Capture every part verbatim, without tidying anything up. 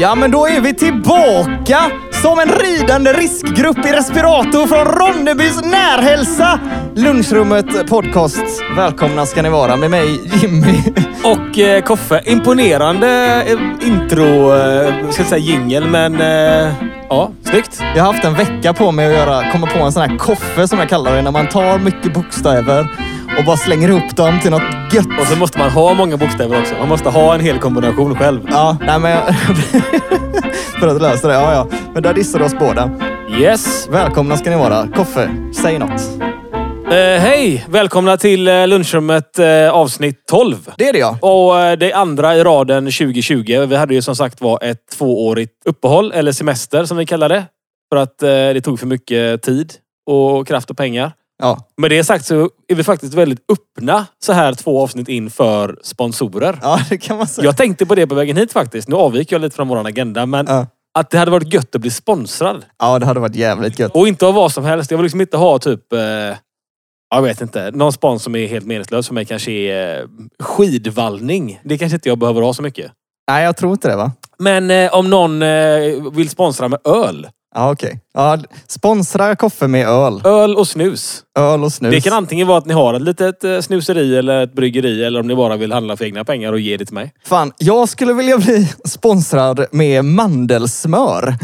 Ja, men då är vi tillbaka som en ridande riskgrupp i respirator från Ronnebys närhälsa. Lunchrummet podcast. Välkomna ska ni vara med mig, Jimmy. Och eh, Koffe. Imponerande eh, intro, eh, ska jag säga jingle, men eh, ja, snyggt. Jag har haft en vecka på mig att göra, komma på en sån här koffe som jag kallar det. När man tar mycket bokstäver och bara slänger upp dem till något gött. Och så måste man ha många bokstäver också. Man måste ha en hel kombination själv. Ja, nej men jag... för att lösa det, ja ja. Men där dissar du oss båda. Yes. Välkomna ska ni vara. Koffe, säg något. Eh, Hej, välkomna till eh, Lunchrummet eh, avsnitt tolv. Det är det ja. Och eh, det andra i raden tjugo tjugo. Vi hade ju som sagt var ett tvåårigt uppehåll, eller semester som vi kallar det. För att eh, det tog för mycket tid och kraft och pengar. Ja. Med det sagt så är vi faktiskt väldigt öppna så här två avsnitt in för sponsorer. Ja, det kan man säga. Jag tänkte på det på vägen hit faktiskt. Nu avviker jag lite från vår agenda, men Ja. att det hade varit gött att bli sponsrad. Ja, det hade varit jävligt gött. Och inte av vad som helst. Jag vill liksom inte ha typ, eh, jag vet inte, någon spons som är helt meningslös för mig kanske är eh, skidvallning. Det kanske inte jag behöver ha så mycket. Nej, jag tror inte det va? Men eh, om någon eh, vill sponsra med öl. Ja, okej. Okay. Ja, sponsra Koffe med öl. Öl och snus. Öl och snus. Det kan antingen vara att ni har ett litet eh, snuseri eller ett bryggeri, eller om ni bara vill handla för egna pengar och ge det till mig. Fan, jag skulle vilja bli sponsrad med mandelsmör.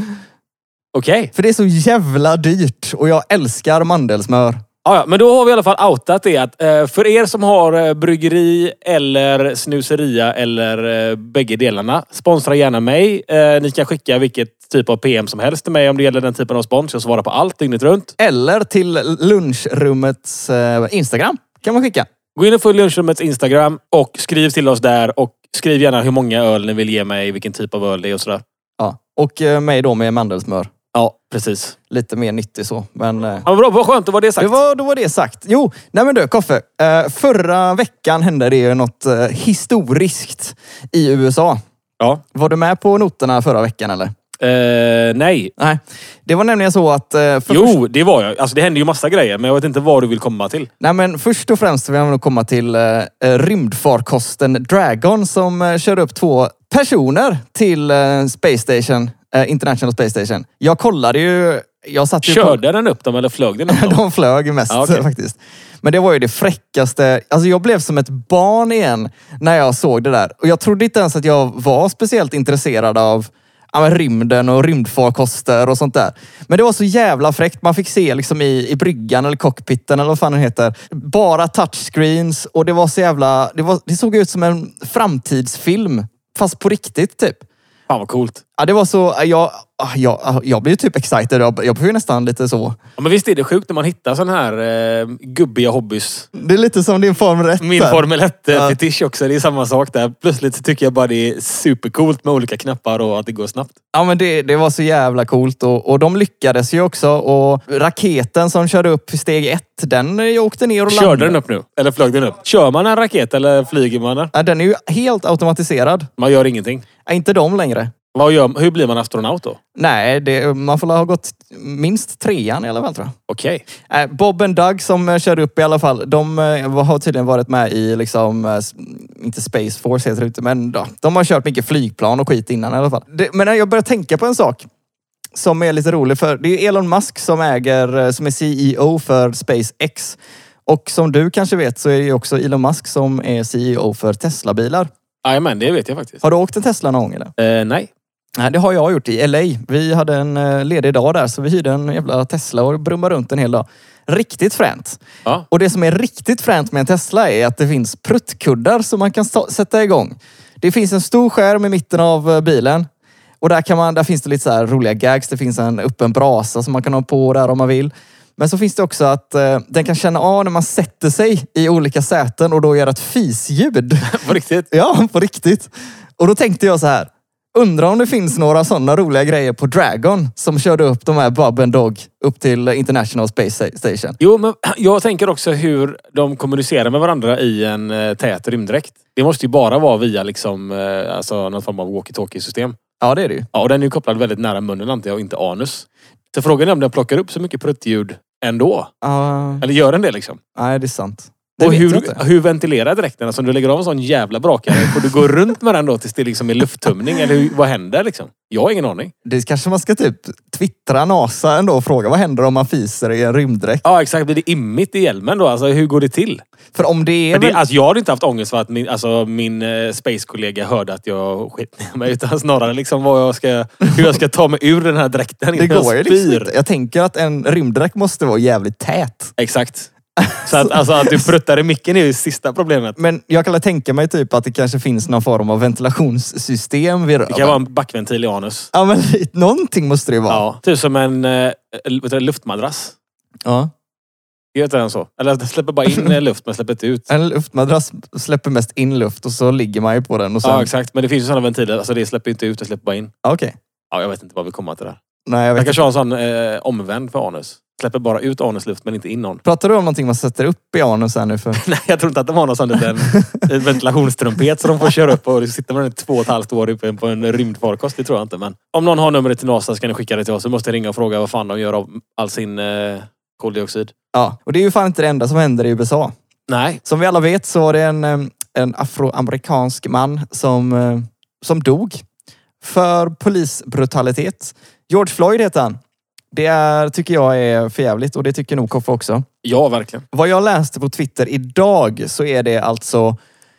Okej. Okay. För det är så jävla dyrt och jag älskar mandelsmör. Ja, ja, men då har vi i alla fall outat det att eh, för er som har eh, bryggeri eller snuseria eller eh, bägge delarna, sponsra gärna mig. Eh, ni kan skicka vilket typ av P M som helst till mig om det gäller den typen av spons. Jag svarar på allt dygnet runt. Eller till Lunchrummets eh, Instagram kan man skicka. Gå in och följ Lunchrummets Instagram och skriv till oss där och skriv gärna hur många öl ni vill ge mig, vilken typ av öl det är och sådär. Ja, och eh, mig då med mandelsmör. Ja, precis. Lite mer nyttig så. Men, eh, ja, bra, vad skönt, då var det sagt. Det var, då var det sagt. Jo, nej men du, Koffe. Eh, förra veckan hände det ju något eh, historiskt i U S A. Ja. Var du med på noterna förra veckan eller? Eh, nej. Nej. Det var nämligen så att... Eh, för jo, först... det var jag. Alltså det hände ju massa grejer, men jag vet inte vad du vill komma till. Nej, men först och främst vill jag nog komma till eh, rymdfarkosten Dragon som eh, kör upp två personer till eh, Space Station, eh, International Space Station. Jag kollade ju... Jag satt ju Körde på... den upp dem eller flög den upp dem? De flög mest ah, okay. faktiskt. Men det var ju det fräckaste. Alltså jag blev som ett barn igen när jag såg det där. Och jag trodde inte ens att jag var speciellt intresserad av ja, men rymden och rymdfarkoster och sånt där. Men det var så jävla fräckt. Man fick se liksom i, i bryggan eller cockpiten eller vad fan den heter. Bara touchscreens och det var så jävla... Det, var, det såg ut som en framtidsfilm. Fast på riktigt typ. Fan vad coolt. Ja, det var så... Jag, jag, jag blev typ excited. Jag, jag blev ju nästan lite så... Ja, men visst är det sjukt när man hittar sån här eh, gubbiga hobbys. Det är lite som din Formel ett. Min där. Formel ett-fetisch ja. också. Det är samma sak där. Plötsligt så tycker jag bara det är supercoolt med olika knappar och att det går snabbt. Ja, men det, det var så jävla coolt. Och, och de lyckades ju också. Och raketen som körde upp steg ett, den åkte ner och landade. Körde den upp nu? Eller flög den upp? Kör man en raket eller flyger man den? Ja, den är ju helt automatiserad. Man gör ingenting? Ja, inte de längre. Vad gör, hur blir man astronaut då? Nej, det, man får ha gått minst trean i alla fall tror jag. Okej. Okay. Bob and Doug som körde upp i alla fall, de har tydligen varit med i liksom, inte Space Force heter det inte, men då, de har kört mycket flygplan och skit innan i alla fall. Det, men jag börjar tänka på en sak som är lite rolig för det är Elon Musk som äger, som är C E O för SpaceX. Och som du kanske vet så är det också Elon Musk som är C E O för Tesla-bilar. Jajamän, det vet jag faktiskt. Har du åkt en Tesla någon gång eller? Eh, nej. Nej, det har jag gjort i L A. Vi hade en ledig dag där så vi hyrde en jävla Tesla och brummade runt en hel dag. Riktigt fränt. Ja. Och det som är riktigt fränt med en Tesla är att det finns pruttkuddar som man kan sätta igång. Det finns en stor skärm i mitten av bilen. Och där, kan man, där finns det lite så här roliga gags. Det finns en öppen brasa som man kan ha på där om man vill. Men så finns det också att eh, den kan känna av när man sätter sig i olika säten och då gör ett fisljud. På riktigt? Ja, på riktigt. Och då tänkte jag så här. Undrar om det finns några sådana roliga grejer på Dragon som körde upp de här Bob and Dog upp till International Space Station. Jo, men jag tänker också hur de kommunicerar med varandra i en eh, tät rymddräkt. Det måste ju bara vara via liksom, eh, alltså någon form av walkie-talkie-system. Ja, det är det ju. Ja, och den är ju kopplad väldigt nära munnen antar jag och inte anus. Så frågan är om den plockar upp så mycket pruttljud ändå. Uh, Eller gör den det liksom? Nej, det är sant. Det Och vet hur, jag inte. hur ventilerar dräkten? Alltså om du lägger av en sån jävla brakare, får du gå runt med den då tills det liksom är lufttumning? Eller hur, vad händer liksom? Jag har ingen aning. Det kanske man ska typ twittra NASA ändå och fråga vad händer om man fiser i en rymddräkt? Ja, exakt. Blir det immigt i hjälmen då? Alltså hur går det till? För om det är... Men det, väl... alltså, jag hade inte haft ångest för att min, alltså, min eh, space-kollega hörde att jag skit ner mig. Utan snarare liksom vad jag ska, hur jag ska ta mig ur den här dräkten. Det går ju liksom spyr. inte. Jag tänker att en rymddräkt måste vara jävligt tät. Exakt. Så att, alltså, att du pruttar i micken är ju sista problemet. Men jag kan tänka mig typ att det kanske finns någon form av ventilationssystem vid röven. Det kan vara en backventil i anus. Ja, men någonting måste det ju vara. Ja, typ som en eh, vet du, luftmadrass. Ja. Gör inte den så? Eller det släpper bara in eh, luft men släpper inte ut. En luftmadrass släpper mest in luft och så ligger man ju på den och sen... Ja, exakt. Men det finns ju sådana ventiler. Alltså det släpper inte ut, det släpper bara in. Ja, okej. Ja, jag vet inte vad vi kommer till där. Nej, jag vet Jag inte. kanske har en sån eh, omvänd för anus. Släpper bara ut anusluft men inte in någon. Pratar du om någonting man sätter upp i anus här nu för? Nej, jag tror inte att de har någon sån liten ventilationstrumpet så de får köra upp och sitta med den två och ett halvt år uppe på en rymdfarkost. Det tror jag inte. Men om någon har numret till NASA så kan ni skicka det till oss. Så måste jag ringa och fråga vad fan de gör av all sin eh, koldioxid. Ja, och det är ju fan inte det enda som händer i U S A. Nej. Som vi alla vet så var det en, en afroamerikansk man som, som dog för polisbrutalitet. George Floyd heter han. Det är, tycker jag är förjävligt och det tycker nog Koffe också. Ja, verkligen. Vad jag läste på Twitter idag så är det alltså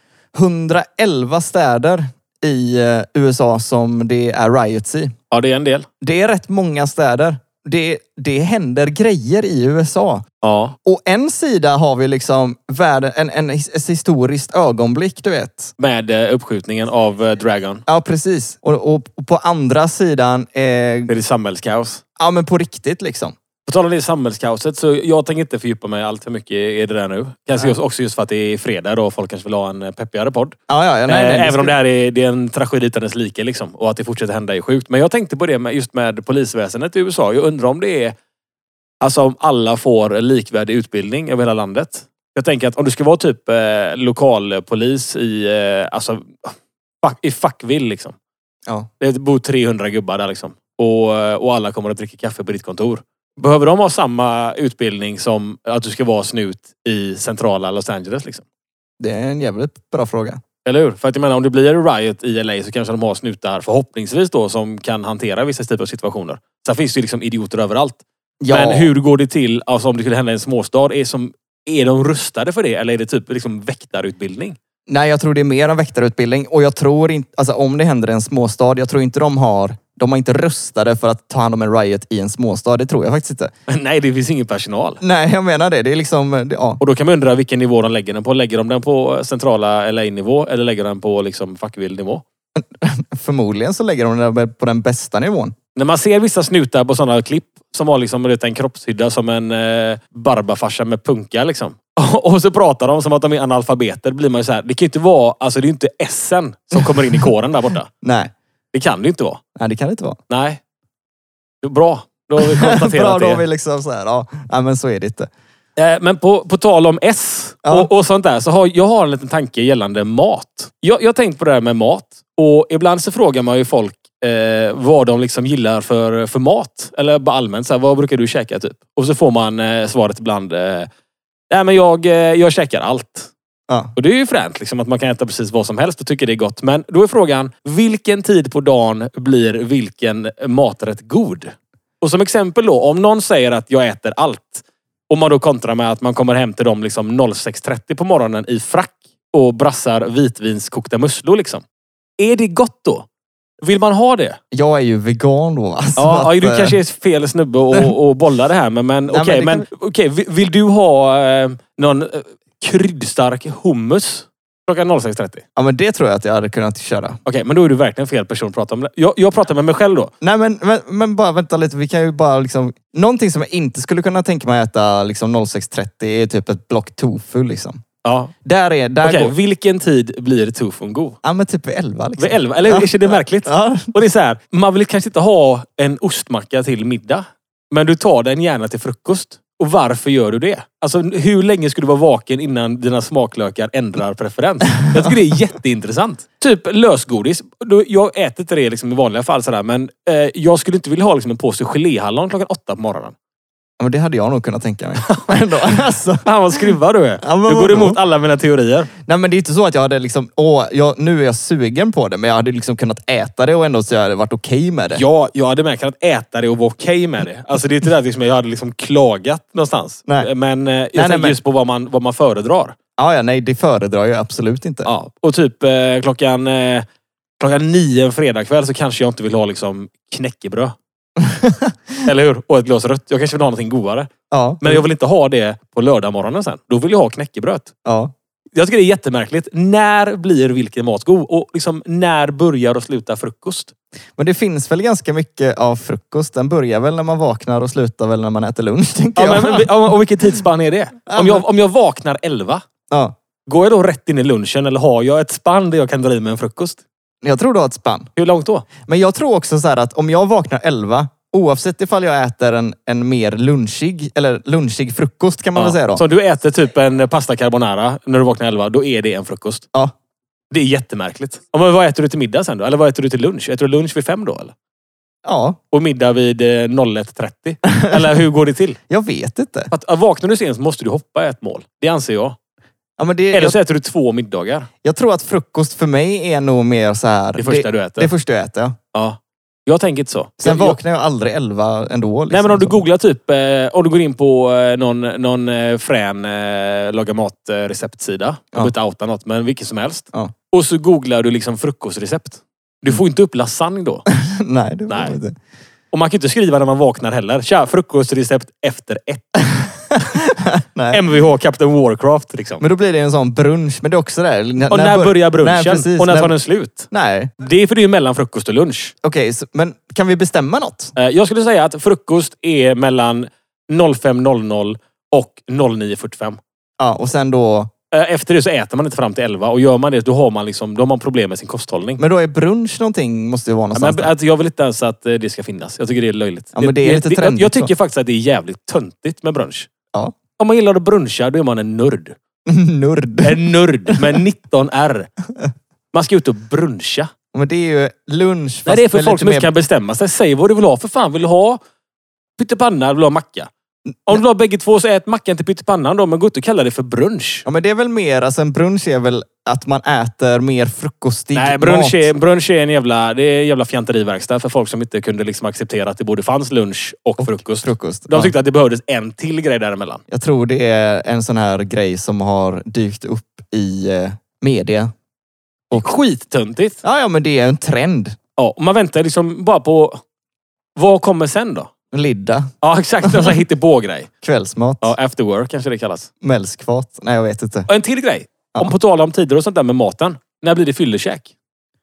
hundraelva städer i U S A som det är riots i. Ja, det är en del. Det är rätt många städer. Det, det händer grejer i U S A. Ja. Och en sida har vi liksom världen, en, en, ett historiskt ögonblick, du vet. Med eh, uppskjutningen av eh, Dragon. Ja, precis. Och, och, och på andra sidan... Eh, Det är det samhällskaos. ja, men på riktigt liksom. På tal om det samhällskaoset så jag tänker inte fördjupa mig allt för mycket i det där nu. Kanske just, också just för att det är fredag och folk kanske vill ha en peppigare podd. Ja, ja, ja, nej, nej, eh, även ska... om det här är, det är en tragedi utan dess like liksom. Och att det fortsätter hända är sjukt. Men jag tänkte på det med, just med polisväsendet i U S A. Jag undrar om det är... Alltså om alla får likvärdig utbildning över hela landet. Jag tänker att om du ska vara typ eh, lokalpolis i... Eh, alltså... Fuck, i Fuckville liksom. Ja. Det bor trehundra gubbar där liksom. Och, och alla kommer att dricka kaffe på ditt kontor. Behöver de ha samma utbildning som att du ska vara snut i centrala Los Angeles liksom? Det är en jävligt bra fråga. Eller hur? För att jag menar, om det blir en riot i L A så kanske de har snutar förhoppningsvis då som kan hantera vissa typer av situationer. Sen finns det ju liksom idioter överallt. Ja. Men hur går det till, alltså om det skulle hända i en småstad, är, som, är de rustade för det? Eller är det typ liksom väktarutbildning? Nej, jag tror det är mer en väktarutbildning. Och jag tror inte, alltså om det händer i en småstad, jag tror inte de har, de har inte rustade för att ta hand om en riot i en småstad. Det tror jag faktiskt inte. Nej, det finns ingen personal. Nej, jag menar det. Det är liksom, det, ja. Och då kan man undra vilken nivå de lägger den på. Lägger de den på centrala L A-nivå eller lägger de den på liksom Fuckville-nivå? Förmodligen så lägger de den på den bästa nivån. När man ser vissa snutar på sådana klipp som har liksom en kroppshydda som en eh, barbafarsa med punka liksom. Och så pratar de som att de är analfabeter. Blir man ju så här, det kan ju inte vara, alltså det är ju inte essen som kommer in i kåren där borta. Nej. Det kan det ju inte vara. Nej, det kan det inte vara. Nej. Bra. Då har vi konstaterat Bra, då det. har vi liksom så här, ja. Nej, men så är det inte. Eh, men på, på tal om S Ja. och, och sånt där så har jag har en liten tanke gällande mat. Jag, jag har tänkt på det här med mat. Och ibland så frågar man ju folk eh, vad de liksom gillar för, för mat. Eller bara allmänt, så här, vad brukar du käka typ? Och så får man eh, svaret ibland. Eh, Nej men jag, eh, jag käkar allt. Ja. Och det är ju fränt liksom, att man kan äta precis vad som helst och tycker det är gott. Men då är frågan, vilken tid på dagen blir vilken maträtt god? Och som exempel då, om någon säger att jag äter allt. Och man då kontrar med att man kommer hem till dem liksom sex trettio på morgonen i frack och brassar vitvinskokta musslor liksom. Är det gott då? Vill man ha det? Jag är ju vegan då. Alltså Ja, att, du kanske är fel snubbe och, och bollar det här. Men, men okej, okay, men, kan... okay, vill, vill du ha eh, någon eh, kryddstark hummus klockan sex trettio? Ja, men det tror jag att jag hade kunnat köra. Okej, okay, men då är du verkligen fel person att prata om det. Jag, jag pratar med mig själv då. Nej, men, men, men bara vänta lite. Vi kan ju bara liksom... Någonting som jag inte skulle kunna tänka mig att äta liksom sex trettio är typ ett block tofu liksom. Ja. Där är... Där Okej, går... vilken tid blir tofun god? Ja, men typ vid elva liksom. Vid elva, eller ja. Är det märkligt? Ja. Och det är så här, man vill kanske inte ha en ostmacka till middag. Men du tar den gärna till frukost. Och varför gör du det? Alltså hur länge ska du vara vaken innan dina smaklökar ändrar preferens? Jag tycker det är jätteintressant. Typ lösgodis. Jag äter inte det liksom i vanliga fall sådär. Men eh, jag skulle inte vilja ha liksom en påse geléhallon klockan åtta på morgonen. Ja, men det hade jag nog kunnat tänka mig. Ändå, alltså. Fan vad skruvar du är. Ja, du går emot alla mina teorier. Nej, men det är inte så att jag hade liksom, åh, jag, nu är jag sugen på det, men jag hade liksom kunnat äta det och ändå så jag hade varit okej okay med det. Ja, jag hade med kunnat äta det och vara okej okay med det. Alltså det är inte det liksom, jag hade liksom klagat någonstans. Nej. Men jag nej, tänker nej, men... just på vad man, vad man föredrar. Ja, ja, nej, det föredrar jag absolut inte. Ja, och typ eh, klockan, eh, klockan nio en fredagkväll så kanske jag inte vill ha liksom knäckebröd. Eller hur? Och ett glas rött. Jag kanske vill ha någonting godare. Ja. Men jag vill inte ha det på lördagmorgonen sen. Då vill jag ha knäckebröd. Ja. Jag tycker det är jättemärkligt. När blir vilken mat god? Och liksom, när börjar och slutar frukost? Men det finns väl ganska mycket av frukost. Den börjar väl när man vaknar och slutar väl när man äter lunch, tänker ja, jag. Men, och vilken tidsspann är det? Om jag, om jag vaknar elva, ja. går jag då rätt in i lunchen eller har jag ett spann där jag kan dra i mig en frukost? Jag tror du har ett spann. Hur långt då? Men jag tror också så här att om jag vaknar elva, oavsett ifall jag äter en, en mer lunchig, eller lunchig frukost kan man ja. väl säga då. Så om du äter typ en pasta carbonara när du vaknar elva, då är det en frukost? Ja. Det är jättemärkligt. Ja, men vad äter du till middag sen då? Eller vad äter du till lunch? Äter du lunch vid fem då eller? Ja. Och middag vid noll ett trettio? Eller hur går det till? Jag vet inte. Att, att vaknar du sent så måste du hoppa ett mål. Det anser jag. Ja, men det, Eller så jag, äter du två middagar. jag tror att frukost för mig är nog mer så här. Det första det, du äter. Det första jag äter, ja. Ja. Jag tänker inte så. Sen jag, vaknar jag aldrig elva ändå. Liksom, nej men om du så. googlar typ, eh, om du går in på eh, någon, någon eh, frän eh, laga mat eh, receptsida. Jag Ja. behöver inte outa något, men vilket som helst. Ja. Och så googlar du liksom frukostrecept. Du får inte upp lasagne då. Nej, det var Nej. inte. Och man kan inte skriva när man vaknar heller. Tja, frukostrecept efter ett. Nej. M V H Captain Warcraft liksom. Men då blir det en sån brunch. Men det är också det. N- och när bör- börjar brunchen? Nej, precis. och när tar När- den slut? Nej. Det är för det är mellan frukost och lunch. Okej, så- men kan vi bestämma något? Eh, Jag skulle säga att frukost är mellan fem noll noll och nio fyrtiofem. Ja, och sen då... Eh, Efter det så äter man inte fram till elva. Och gör man det, då har man, liksom, då har man problem med sin kosthållning. Men då är brunch någonting, måste ju vara Ja, någonstans. men, där. att jag vill inte ens att eh, det ska finnas. Jag tycker det är löjligt. Ja, men det är lite jag, trendigt jag tycker så. faktiskt att det är jävligt töntigt med brunch. Ja. Om man gillar att bruncha, då är man en nörd. Nörd. En nörd med nitton R. Man ska ut och bruncha. Men det är ju lunch fast Nej, det är för med folk lite som inte mer- kan bestämma sig. Säg vad du vill ha. För fan, vill du ha pyttipanna eller vill du ha macka? Om du vill ha bägge två så ät mackan till pyttipannan då. Men gå ut och kalla det för brunch. Ja, men det är väl mer, alltså en brunch är väl att man äter mer frukostig Nej, brunch mat. är, brunch är en jävla, det är en jävla fjanteriverkstad för folk som inte kunde liksom acceptera att det både fanns lunch och, Och frukost. frukost. De Ja. tyckte att det behövdes en till grej däremellan. Jag tror det är en sån här grej som har dykt upp i eh, media. Och skittöntigt. Ja, ja, men det är en trend. Ja, och man väntar liksom bara på vad kommer sen då? Lidda, Ja, exakt. En sån här hittepå-grej. kvällsmat, Ja, after work kanske det kallas. mälskfat. Nej, jag vet inte. Och en till grej. Ja. Om på tal om tider och sånt där med maten. När blir det fyllekäk?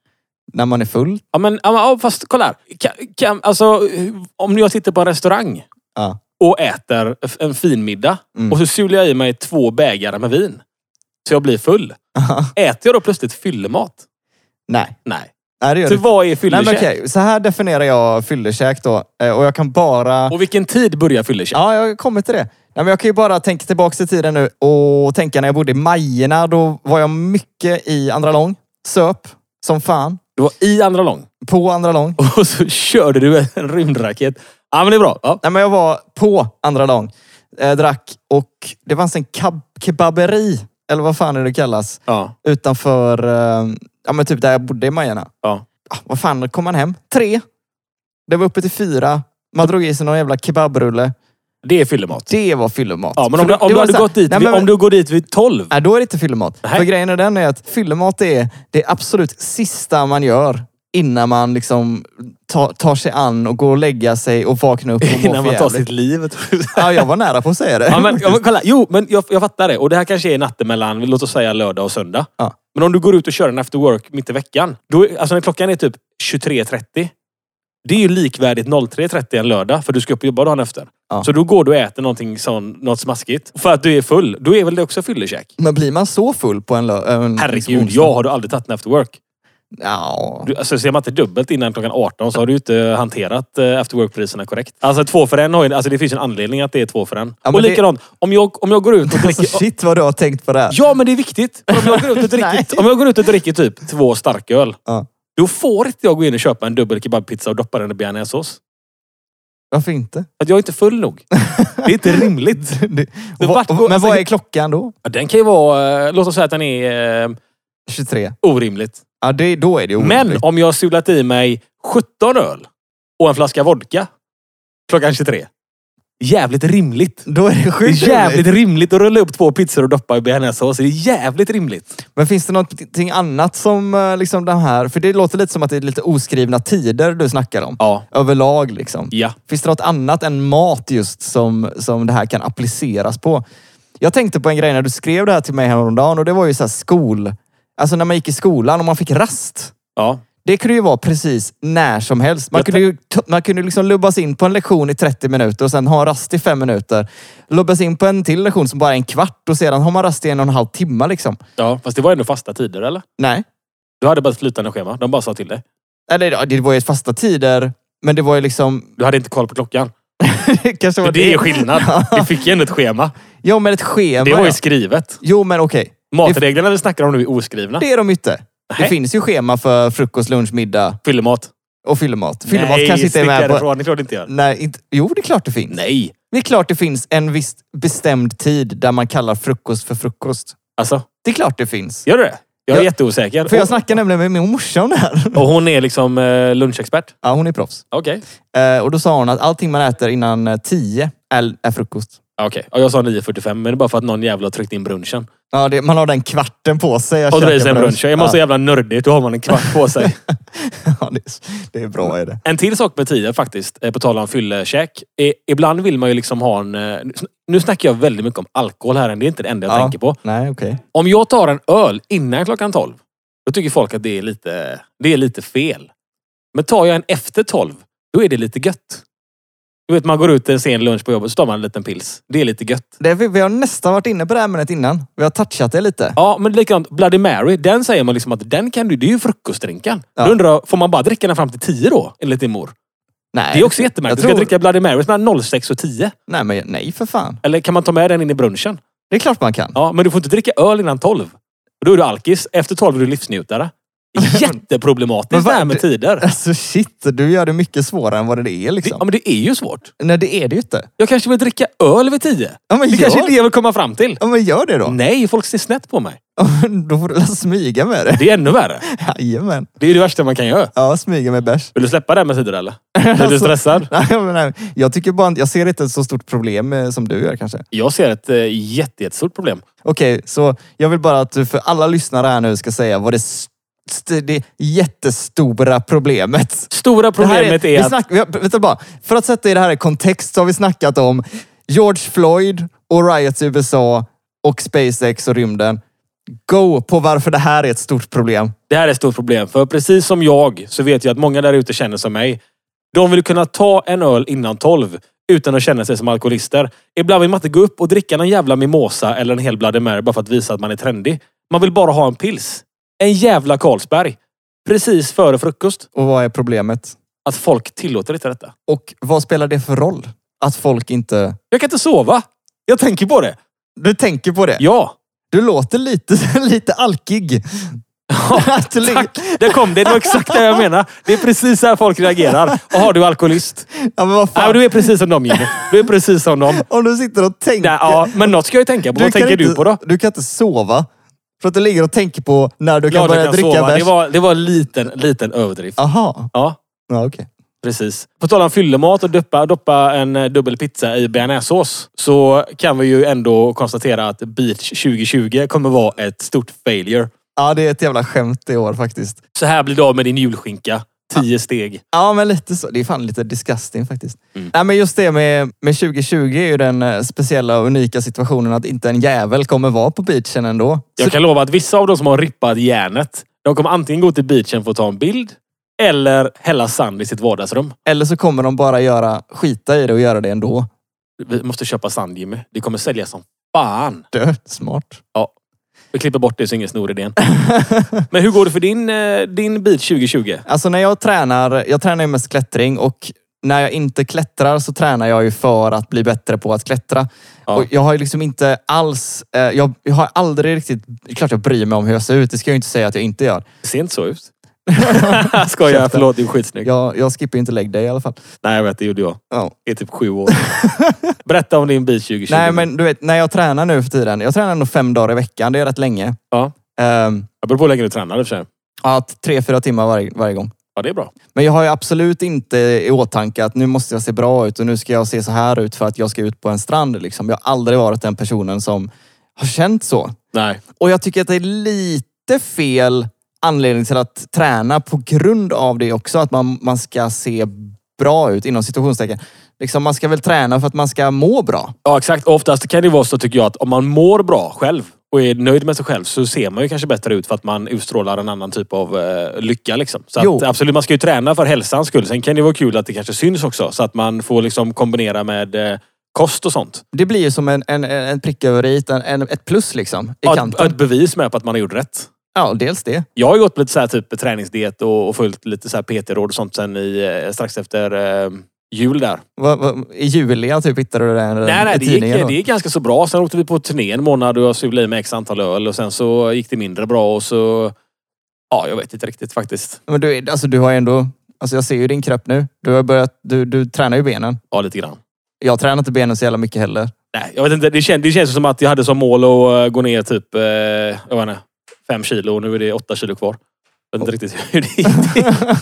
När man är full. Ja, men, ja, men ja, fast kolla här. Kan, kan, alltså, om jag sitter på en restaurang Ja. och äter en fin middag Mm. och så sular jag i mig två bägare med vin. Så jag blir full. Äter jag då plötsligt fyllemat? Nej. Nej. Nej, det gör Så det. vad är Nej, fyllekäk? men okej. Så här definierar jag fyllekäk då. Eh, Och jag kan bara... Och vilken tid börjar fyllekäk? Ja, jag kommer till det. Nej, men jag kan ju bara tänka tillbaka till tiden nu och tänka när jag bodde i Majerna. Då var jag mycket i Andra Lång. Söp som fan. Du var i Andra Lång. På Andra Lång. Och så körde du en rymdraket. Ja, men det är bra. Ja. Nej, men jag var på Andra Lång. Eh, drack och det fanns en keb- kebaberi. Eller vad fan är det kallas. Ja. Utanför, eh, ja men typ där jag bodde i Majerna. Ja. Ah, vad fan kom man hem? Tre. Det var uppe till fyra. Man drog i sig någon jävla kebabrulle. Det är fyllemat. Det var fyllemat. Ja, men För om, du, det- om, det du var hade så här- gått dit, Nej, vid- men- om du går dit vid tolv. Nej, då är det inte fyllemat. Nej. För grejen är den är att fyllemat är det absolut sista man gör innan man liksom tar, tar sig an och går och lägga sig och vaknar upp och mår Innan man tar förjävligt. sitt liv. Ja, jag var nära på att säga det. Ja, men, ja, men kolla. Jo, men jag, jag fattar det. Och det här kanske är natten mellan, låt oss säga lördag och söndag. Ja. Men om du går ut och kör en after work mitt i veckan. Då, är- alltså när klockan är typ tjugotre trettio. Det är ju likvärdigt tre trettio en lördag. För du ska upp och jobba dagen efter. Ja. Så då går du och äter någonting sån, något smaskigt. För att du är full. Då är väl det också fyllekäk. Men blir man så full på en, lö- en Herregud, onsdag? jag har du aldrig tagit en after work. Ja. Du, alltså, ser man inte dubbelt innan klockan arton så har du inte hanterat eh, after work-priserna korrekt. Alltså två för en har ju, alltså det finns en anledning att det är två för en. Ja, men och det- likadant, om jag, om jag går ut och dricker... Alltså, shit vad du har tänkt på det här. Ja, men det är viktigt. Om jag går ut och Nej. dricker, om jag går ut och dricker typ två starköl. Ja. Då får inte jag gå in och köpa en dubbel kebabpizza och doppa den i bearnaisesås. Varför inte? Att jag är inte full nog. Det är inte rimligt. det, Det och, vart- och, men alltså, vad är klockan då? Ja, den kan ju vara... eh, Låt oss säga att den är eh, tjugotre. orimligt. Ja, det, då är det orimligt. Men om jag har sulat i mig sjutton öl och en flaska vodka klockan tjugotre. Jävligt rimligt. Då är det Det sjukt är jävligt rimligt. rimligt att rulla upp två pizzor och doppa i bearnaisesås. Det är jävligt rimligt. Men finns det någonting annat som eh, liksom den här... För det låter lite som att det är lite oskrivna tider du snackar om. Ja. Överlag liksom. Ja. Finns det något annat än mat just som, som det här kan appliceras på? Jag tänkte på en grej när du skrev det här till mig häromdagen och det var ju så här skol... Alltså när man gick i skolan och man fick rast. Ja. Det kunde ju vara precis när som helst. Man Jag kunde ju t- man kunde liksom lubbas in på en lektion i trettio minuter och sen ha rast i fem minuter. Lubbas in på en till lektion som bara är en kvart och sedan har man rast i en och en halv timme liksom. Ja, fast det var ändå fasta tider, eller? Nej. Du hade bara ett flytande schema. De bara sa till dig. Eller det var ju fasta tider, men det var ju liksom... Du hade inte koll på klockan. kanske var För det är skillnad. Du fick ju ändå ett schema. Ja, men ett schema. Det var ju ja. skrivet. Jo, men okej. Matreglerna vi snackar om nu är oskrivna. Det är de inte. Det Nej. finns ju schema för frukost, lunch, middag Fyllemat. och fyllemat. Fyllemat Nej, kanske inte är med på... ifrån. Det är klart det inte gör. Nej, inte... Jo, det är klart det finns. Nej. Det är klart det finns en viss bestämd tid där man kallar frukost för frukost. Alltså, Det är klart det finns. gör du det? Jag är Ja. jätteosäker. För jag snackade nämligen med min morsa om det här. Och hon är liksom eh, lunchexpert. Ja, hon är proffs. Okej. Eh, och då sa hon att allting man äter innan eh, tio är, är frukost. Okej. Och jag sa nio fyrtiofem, men det är bara för att någon jävla har tryckt in brunchen. Ja, det, man har den kvarten på sig. Jag Och drar i käkar sig en brunch. Är man Ja. så jävla nördigt, då har man en kvart på sig. Ja, det, är- det är bra är det. En till sak med tiden faktiskt, eh, på tal om fyllekäk. Eh, Ibland vill man ju liksom ha en... eh, Nu snackar jag väldigt mycket om alkohol här, det är inte det enda jag Ja. tänker på. Nej, okej. Om jag tar en öl innan klockan tolv, då tycker folk att det är lite, det är lite fel. Men tar jag en efter tolv, då är det lite gött. Du vet, man går ut en sen lunch på jobbet så tar man en liten pils. Det är lite gött. Det, vi, vi har nästan varit inne på det här ämnet innan. Vi har touchat det lite. Ja, men likadant Bloody Mary, den säger man liksom att den kan du, det är ju frukostdrinken. Ja. Då undrar jag, får man bara dricka den fram till tio då? Enligt din mor. Nej, Det är också jättemärkligt. Du jag ska tror- dricka Bloody Mary mellan sex och tio. Nej, men nej för fan. Eller kan man ta med den in i brunchen? Det är klart man kan. Ja, men du får inte dricka öl innan tolv. Då är du alkis. Efter tolv är du livsnjutare. Jätteproblematiskt Men det här vad- med det- tider. Alltså shit, du gör det mycket svårare än vad det är liksom. Ja, men det är ju svårt. Nej, det är det ju inte. Jag kanske vill dricka öl vid tio. Ja, men Det gör, kanske är det jag vill komma fram till. ja, men gör det då. Nej, folk ser snett på mig. Då får du smyga med det. Det är ännu värre. Jajamän. Det är det värsta man kan göra. Ja, smyga med bärs. Vill du släppa det med tider eller? Är du Alltså- stressad? Nej, men nej. Jag tycker bara jag ser inte ett så stort problem eh, som du gör kanske. Jag ser ett eh, jätte, jättestort problem. Okej, så jag vill bara att du för alla lyssnare här nu ska säga vad det, st- det jättestora problemet. Stora Det här problemet är, vi att... snack, vi har, vet du bara, för att sätta i det här i kontext så har vi snackat om George Floyd och riots i U S A och SpaceX och rymden. Go på varför det här är ett stort problem. Det här är ett stort problem. För precis som jag så vet jag att många där ute känner som mig. De vill kunna ta en öl innan tolv utan att känna sig som alkoholister. Ibland vill man inte gå upp och dricka någon jävla mimosa eller en hel Bloody Mary bara för att visa att man är trendig. Man vill bara ha en pils. En jävla Carlsberg. Precis före frukost. Och vad är problemet? Att folk tillåter inte detta. Och vad spelar det för roll? Att folk inte... Jag kan inte sova. Jag tänker på det. Du tänker på det? Ja. Du låter lite, lite alkig. Att du ligger- Tack. Där kom det. Det var exakt det jag menar. Det är precis så här folk reagerar. Och har du alkoholist? Ja, men vad fan. Nej, du är precis som dem, Jimmy. Du är precis som dem. Om du sitter och tänker... Nej, ja, men något ska jag ju tänka på. Vad kan tänker inte, du på då? Du kan inte sova. För att du ligger och tänker på när du kan Ja, börja du kan dricka sova. bärs. Det var, det var en liten, liten överdrift. Aha. Ja, Ja, okej. precis. På tal om fyllemat och doppa, doppa en dubbel pizza i bearnaisesås så kan vi ju ändå konstatera att Beach tjugo tjugo kommer vara ett stort failure. Ja, det är ett jävla skämt i år faktiskt. Så här blir det av med din julskinka. Tio steg. Ja, men lite så. Det är fan lite disgusting faktiskt. Mm. Nej, men just det med, med tjugo tjugo är ju den eh, speciella och unika situationen att inte en jävel kommer vara på beachen ändå. Jag Så, kan lova att vissa av dem som har rippat järnet, de kommer antingen gå till beachen för att ta en bild eller hälla sand i sitt vardagsrum. eller så kommer de bara göra skita i det och göra det ändå. Vi måste köpa sand, Jimmy. Det kommer sälja som fan. Dött smart. Ja. Vi klipper bort det så ingen snor idén. Men hur går det för din, eh, din Beach tjugo tjugo? Alltså när jag tränar, jag tränar ju mest klättring och när jag inte klättrar så tränar jag ju för att bli bättre på att klättra. Ja. Och jag har ju liksom inte alls, eh, jag, jag har aldrig riktigt, klart jag bryr mig om hur jag ser ut, det ska jag ju inte säga att jag inte gör. Det ser inte så ut. Skojar, förlåt, det är skitsnyggt. Jag, jag skippar inte leg day i alla fall. Nej, jag vet, det gjorde jag. Ja. I typ sju år. Berätta om din beach tjugo tjugo. Nej, men du vet, när jag tränar nu för tiden. Jag tränar nog fem dagar i veckan. Det är rätt länge. Ja. Um, jag beror på hur länge du tränar, för sig. Ja, tre, fyra timmar varje, varje gång. Ja, det är bra. Men jag har ju absolut inte i åtanke att nu måste jag se bra ut och nu ska jag se så här ut för att jag ska ut på en strand. Liksom. Jag har aldrig varit den personen som har känt så. Nej. Och jag tycker att det är lite fel anledning till att träna på grund av det också. Att man, man ska se bra ut inom situationstecken. Liksom, man ska väl träna för att man ska må bra. Ja, exakt. Oftast kan det vara så, tycker jag, att om man mår bra själv och är nöjd med sig själv så ser man ju kanske bättre ut för att man utstrålar en annan typ av eh, lycka. Liksom. Så att, absolut, man ska ju träna för hälsans skull. Sen kan det vara kul att det kanske syns också. Så att man får liksom kombinera med eh, kost och sånt. Det blir ju som en, en, en prick över i, en, en, ett plus liksom. I ja, kanten. Ett bevis med på att man har gjort rätt. Ja, dels det. Jag har ju gått på lite så här typ träningsdiet och, och följt lite så här P T-råd och sånt sen i, eh, strax efter eh, jul där. Va, va, I juli typ hittade du det där? Nej, nej, det gick, det gick ganska så bra. Sen åkte vi på turné en månad och jag suvlade i med x antal öl och sen så gick det mindre bra och så... Ja, jag vet inte riktigt faktiskt. Men du, alltså, du har ändå... Alltså jag ser ju din kropp nu. Du har börjat... Du, du tränar ju benen. Ja, lite grann. Jag tränar inte benen så jävla mycket heller. Nej, jag vet inte. Det känns, det känns som att jag hade som mål att gå ner typ... Eh, jag vet inte, fem kilo och nu är det åtta kilo kvar. Jag vet inte oh. riktigt hur det gick.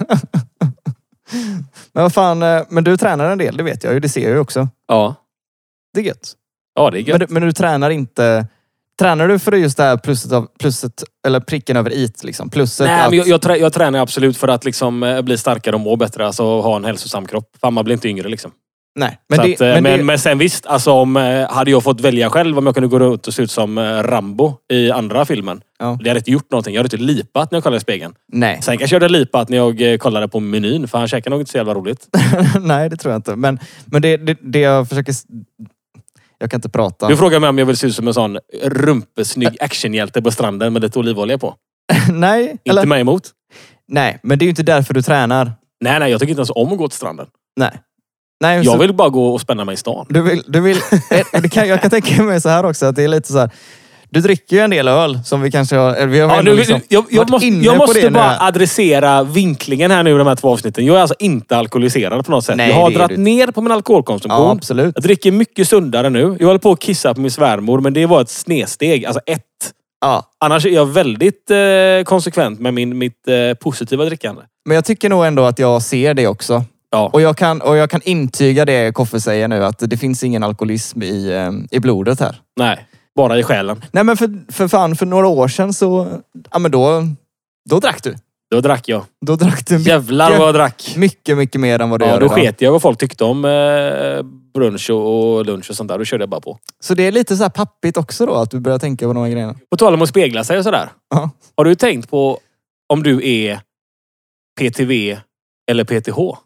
Men vad fan, men du tränar en del, det vet jag ju. Det ser jag ju också. Ja. Det är gött. Ja, det är gött. Men, men du tränar inte... Tränar du för just det här plusset, av, plusset eller pricken över it liksom? Plusset Nej, att... men jag, jag, trä, jag tränar absolut för att liksom bli starkare och må bättre. Alltså ha en hälsosam kropp. Fan, man blir inte yngre liksom. Nej. Men, det, att, men, men, det... men sen visst, alltså om hade jag fått välja själv om jag kunde gå runt och se ut som Rambo i andra filmen. Ja. Det hade inte gjort någonting. Jag hade inte lipat när jag kollade i spegeln. Nej. Sen kanske jag hade lipat när jag kollade på menyn. För han käkar nog inte så jävla roligt. Nej, det tror jag inte. Men, men det, det, det jag försöker... Jag kan inte prata. Du frågar mig om jag vill se ut som en sån rumpesnygg actionhjälte på stranden med lite olivolja på. Nej. Inte eller... mig emot. Nej, men det är ju inte därför du tränar. Nej, nej. Jag tycker inte ens om att gå till stranden. Nej. Nej, jag så... vill bara gå och spänna mig i stan. Du vill... Du vill det kan, jag kan tänka mig så här också. Att det är lite så här... Du dricker ju en del öl som vi kanske har... Vi har ja, nu, liksom jag jag måste, jag måste bara nu. adressera vinklingen här nu i de här två avsnitten. Jag är alltså inte alkoholiserad på något sätt. Nej, jag har dratt ner på min alkoholkonsumtion. Ja, absolut. Jag dricker mycket sundare nu. Jag håller på att kissa på min svärmor, men det var ett snedsteg. Alltså ett. Ja. Annars är jag väldigt eh, konsekvent med min, mitt eh, positiva drickande. Men jag tycker nog ändå att jag ser det också. Ja. Och, jag kan, och jag kan intyga det Koffe säger nu, att det finns ingen alkoholism i, eh, i blodet här. Nej. Bara i själen. Nej, men för, för fan, för några år sedan så... Ja, men då... Då drack du. Då drack jag. Då drack du mycket... Jävlar vad jag drack. Mycket, mycket mer än vad du ja, gör då idag. sket jag vad folk tyckte om eh, brunch och, och lunch och sånt där. Då körde jag bara på. Så det är lite så här pappigt också då, att du börjar tänka på de här grejerna? På tal om att spegla sig och sådär. Ja. Har du tänkt på om du är P T V eller P T H?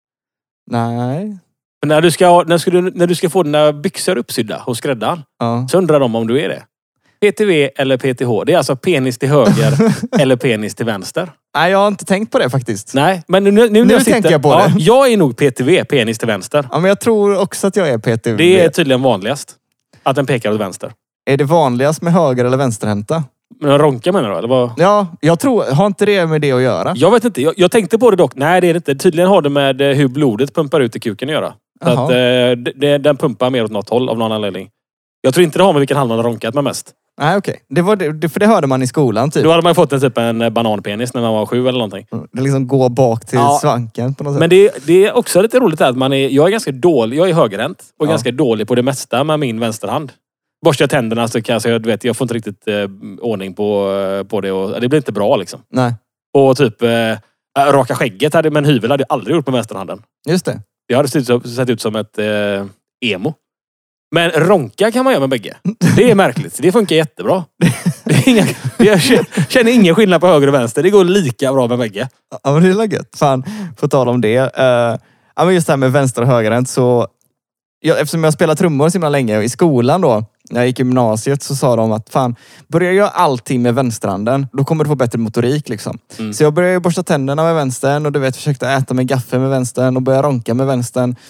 Nej... När du, ska, när, ska du, när du ska få dina byxor uppsydda hos skräddaren, ja. Så undrar de om du är det. P T V eller P T H. Det är alltså penis till höger eller penis till vänster. Nej, jag har inte tänkt på det faktiskt. Nej, men nu, nu, nu, nu jag sitter, tänker jag på ja, det. Jag är nog P T V, penis till vänster. Ja, men jag tror också att jag är P T V. Det är tydligen vanligast. Att den pekar åt vänster. Är det vanligast med höger eller vänsterhänta? Men ronka menar du, eller vad? Ja, jag tror... Har inte det med det att göra? Jag vet inte. Jag, jag tänkte på det dock. Nej, det är det inte. Tydligen har det med hur blodet pumpar ut i kuken att göra. Så att, eh, det, den pumpar mer åt något håll av någon anledning. Jag tror inte det har med vilken hand man har ronkat med mest. Nej, okej. Okay. Det var det, för det hörde man i skolan typ. Då hade man fått en typ en bananpenis när man var sju eller någonting. Det liksom går bak till ja. svanken på något sätt. Men det, det är också lite roligt att man är... Jag är ganska dålig. Jag är högerhänt. Och ja. ganska dålig på det mesta med min vänsterhand. Borstar jag tänderna så kan jag säga, jag vet, jag får inte riktigt eh, ordning på, på det. Och, det blir inte bra liksom. Nej. Och typ... Eh, raka skägget hade, men hyvel hade jag aldrig gjort med vänsterhanden. Just det. Jag hade sett ut, sett ut som ett eh, emo. Men ronka kan man göra med bägge. Det är märkligt. Det funkar jättebra. Det är inga, jag känner ingen skillnad på höger och vänster. Det går lika bra med bägge. Ja, men det är gött. Fan, på tal om det. Uh, ja, men just det här med vänster och högerhänt så... Jag, eftersom jag spelat trummor så himla länge i skolan då, när jag gick i gymnasiet så sa de att fan, börjar jag göra allting med vänsterhanden, då kommer du få bättre motorik liksom. Mm. Så jag började borsta tänderna med vänstern och du vet, försökte äta med gaffel med vänstern och börja ronka med vänstern.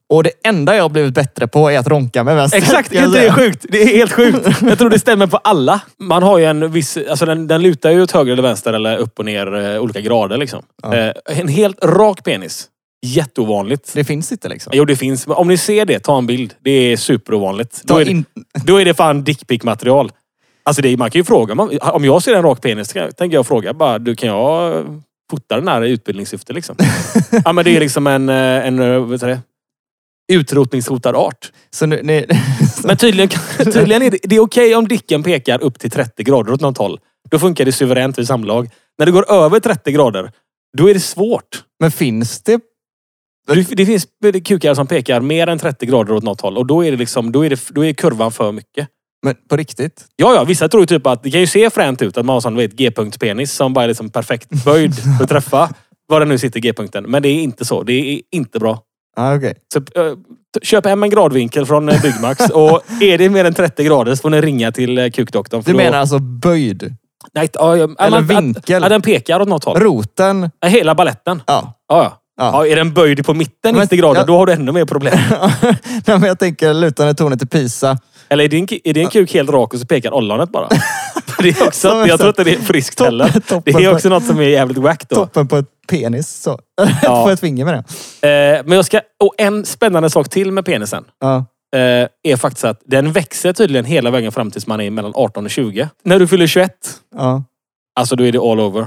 Och det enda jag har blivit bättre på är att ronka med vänster. Exakt, inte det är sjukt. Det är helt sjukt. Jag tror det stämmer på alla. Man har ju en viss... Alltså den, den lutar ju åt höger eller vänster eller upp och ner eh, olika grader liksom. Ja. Eh, en helt rak penis. Jätteovanligt. Det finns inte liksom. Jo, det finns. Om ni ser det, ta en bild. Det är superovanligt. Då Ta är det, in... då är det fan dickpic-material. Alltså det är, man kan ju fråga. Man, om jag ser en rak penis, tänker jag fråga bara, du kan jag fota den här i utbildningssyfte liksom? Ja, men det är liksom en... en vet du det? Utrotningshotad art. Så nu, ni... Men tydligen, tydligen är det, det är okej om dicken pekar upp till trettio grader åt något håll. Då funkar det suveränt vid samlag. När det går över trettio grader, då är det svårt. Men finns det... Det, det finns kukar som pekar mer än trettio grader åt något håll. Och då är det liksom, då är, det, då är kurvan för mycket. Men på riktigt? Ja, ja. Vissa tror ju typ att det kan ju se fränt ut att man har sån, vet, G-punktspenis som bara är liksom perfekt böjd för att träffa var det nu sitter G-punkten. Men det är inte så. Det är inte bra. Ah, okay. Så, uh, köp hem en gradvinkel från uh, Byggmax. Och är det mer än trettio grader så får ni ringa till uh, kukdoktorn. Du då... menar alltså böjd? Nej, uh, uh, eller man, vinkel? Ja, den pekar åt något håll. Roten? Uh, hela balletten. Ja. Ja, ja. Ja. Ja, är den böjd på mitten Men, nittio grader, ja. då har du ännu mer problem. Nej, men jag tänker lutande tornet till Pisa. Eller är din, är din kuk helt rak och så pekar ollonet bara? Det är också, Som en jag tror sån- inte det är friskt Topp- heller. toppen Det är på- också något som är jävligt wack då. Toppen på ett penis. Så. Ja. På ett finger med det. Eh, men jag ska, och en spännande sak till med penisen. Ja. Eh, är faktiskt att den växer tydligen hela vägen fram tills man är mellan arton och tjugo. När du fyller tjugoett, Ja. alltså då är det all over.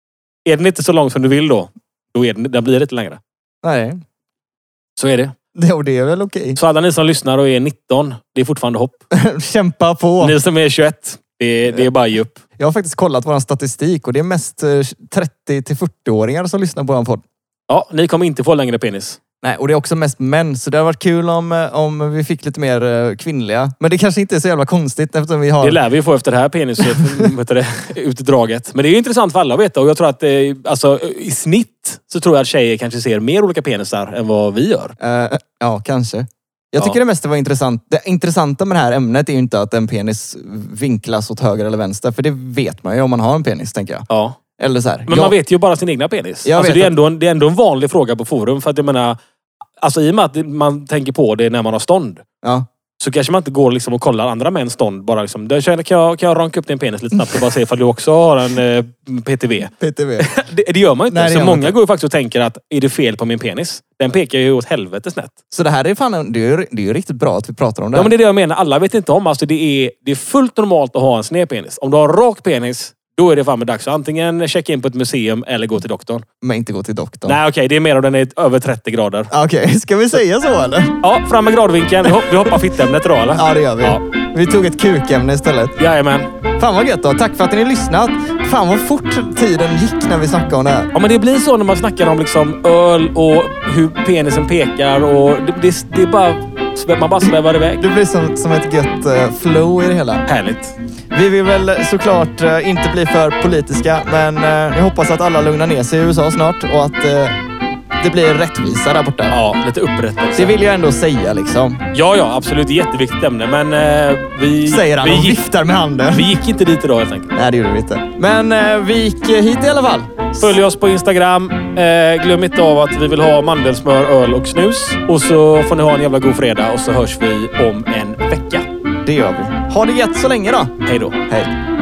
Är den inte så lång som du vill då, då är den, den blir lite längre. Nej. Så är det. Det, och det är väl okej. Så alla ni som lyssnar och är nitton, det är fortfarande hopp. Kämpa på. Ni som är tjugoett, det, det är bara ge upp. Jag har faktiskt kollat vår statistik och det är mest eh, trettio till fyrtio-åringar som lyssnar på vår podd. Ja, ni kommer inte få längre penis. Nej, och det är också mest män. Så det har varit kul om, eh, om vi fick lite mer eh, kvinnliga. Men det kanske inte är så jävla konstigt eftersom vi har... Det lär vi få efter det här penis vet du det, utdraget. Men det är ju intressant för alla att veta. Och jag tror att eh, alltså, i snitt så tror jag att tjejer kanske ser mer olika penisar än vad vi gör. Eh, ja, kanske. Jag tycker Ja. det mesta var intressant. Det intressanta med det här ämnet är ju inte att en penis vinklas åt höger eller vänster. För det vet man ju om man har en penis, tänker jag. Ja. Eller så här. Men jag, man vet ju bara sin egna penis. Jag Alltså, vet det, är att- ändå en, det är ändå en vanlig fråga på forum. För att jag menar, alltså i och med att man tänker på det när man har stånd. Ja. Så kanske man inte går liksom och kollar andra mäns stånd. Bara liksom, där känner- kan jag, kan jag ranka upp din penis lite snabbt och bara se ifall du också har en eh, P T V. P T V. Det, det gör man ju inte. Nej, det så gör man många inte. går ju faktiskt och tänker att är det fel på min penis? Den pekar ju åt helvete snett. Så det här är fan, en- det är ju det är ju riktigt bra att vi pratar om det Ja, här. men det är det jag menar. Alla vet inte om. Alltså, det, är, det är fullt normalt att ha en sned penis. Om du har en rak penis, då är det fan med dags att antingen checka in på ett museum eller gå till doktorn. Men inte gå till doktorn. Nej, okej. det är mer om den är över trettio grader. Okej, ska vi säga så eller? Ja, fram med gradvinkeln. Vi hopp- Vi hoppar fittämnet idag, eller? Ja, det gör vi. Ja. Vi tog ett kukämne istället. Jajamän. Fan vad gött då. Tack för att ni har lyssnat. Fan vad fort tiden gick när vi snackade om det här. Ja, men det blir så när man snackar om liksom öl och hur penisen pekar. Och det, det, det är bara... Man bara svävar iväg. Det blir som, som ett gött eh, flow i det hela. Härligt. Vi vill väl såklart eh, inte bli för politiska, men eh, jag hoppas att alla lugnar ner sig i U S A snart och att eh, det blir rättvisa där borta. Ja, lite upprättelse. Det vill jag ändå säga liksom. Ja, ja, absolut. Jätteviktigt ämne. Men eh, vi... Säger han vi och gick, viftar med handen. vi gick inte dit idag helt enkelt. Nej, det gjorde vi inte. Men eh, vi gick eh, hit i alla fall. Följ oss på Instagram. Eh, glöm inte av att vi vill ha mandelsmör, öl och snus. Och så får ni ha en jävla god fredag och så hörs vi om en vecka. Det gör vi. Ha det gött så länge då. Hej då. Hej.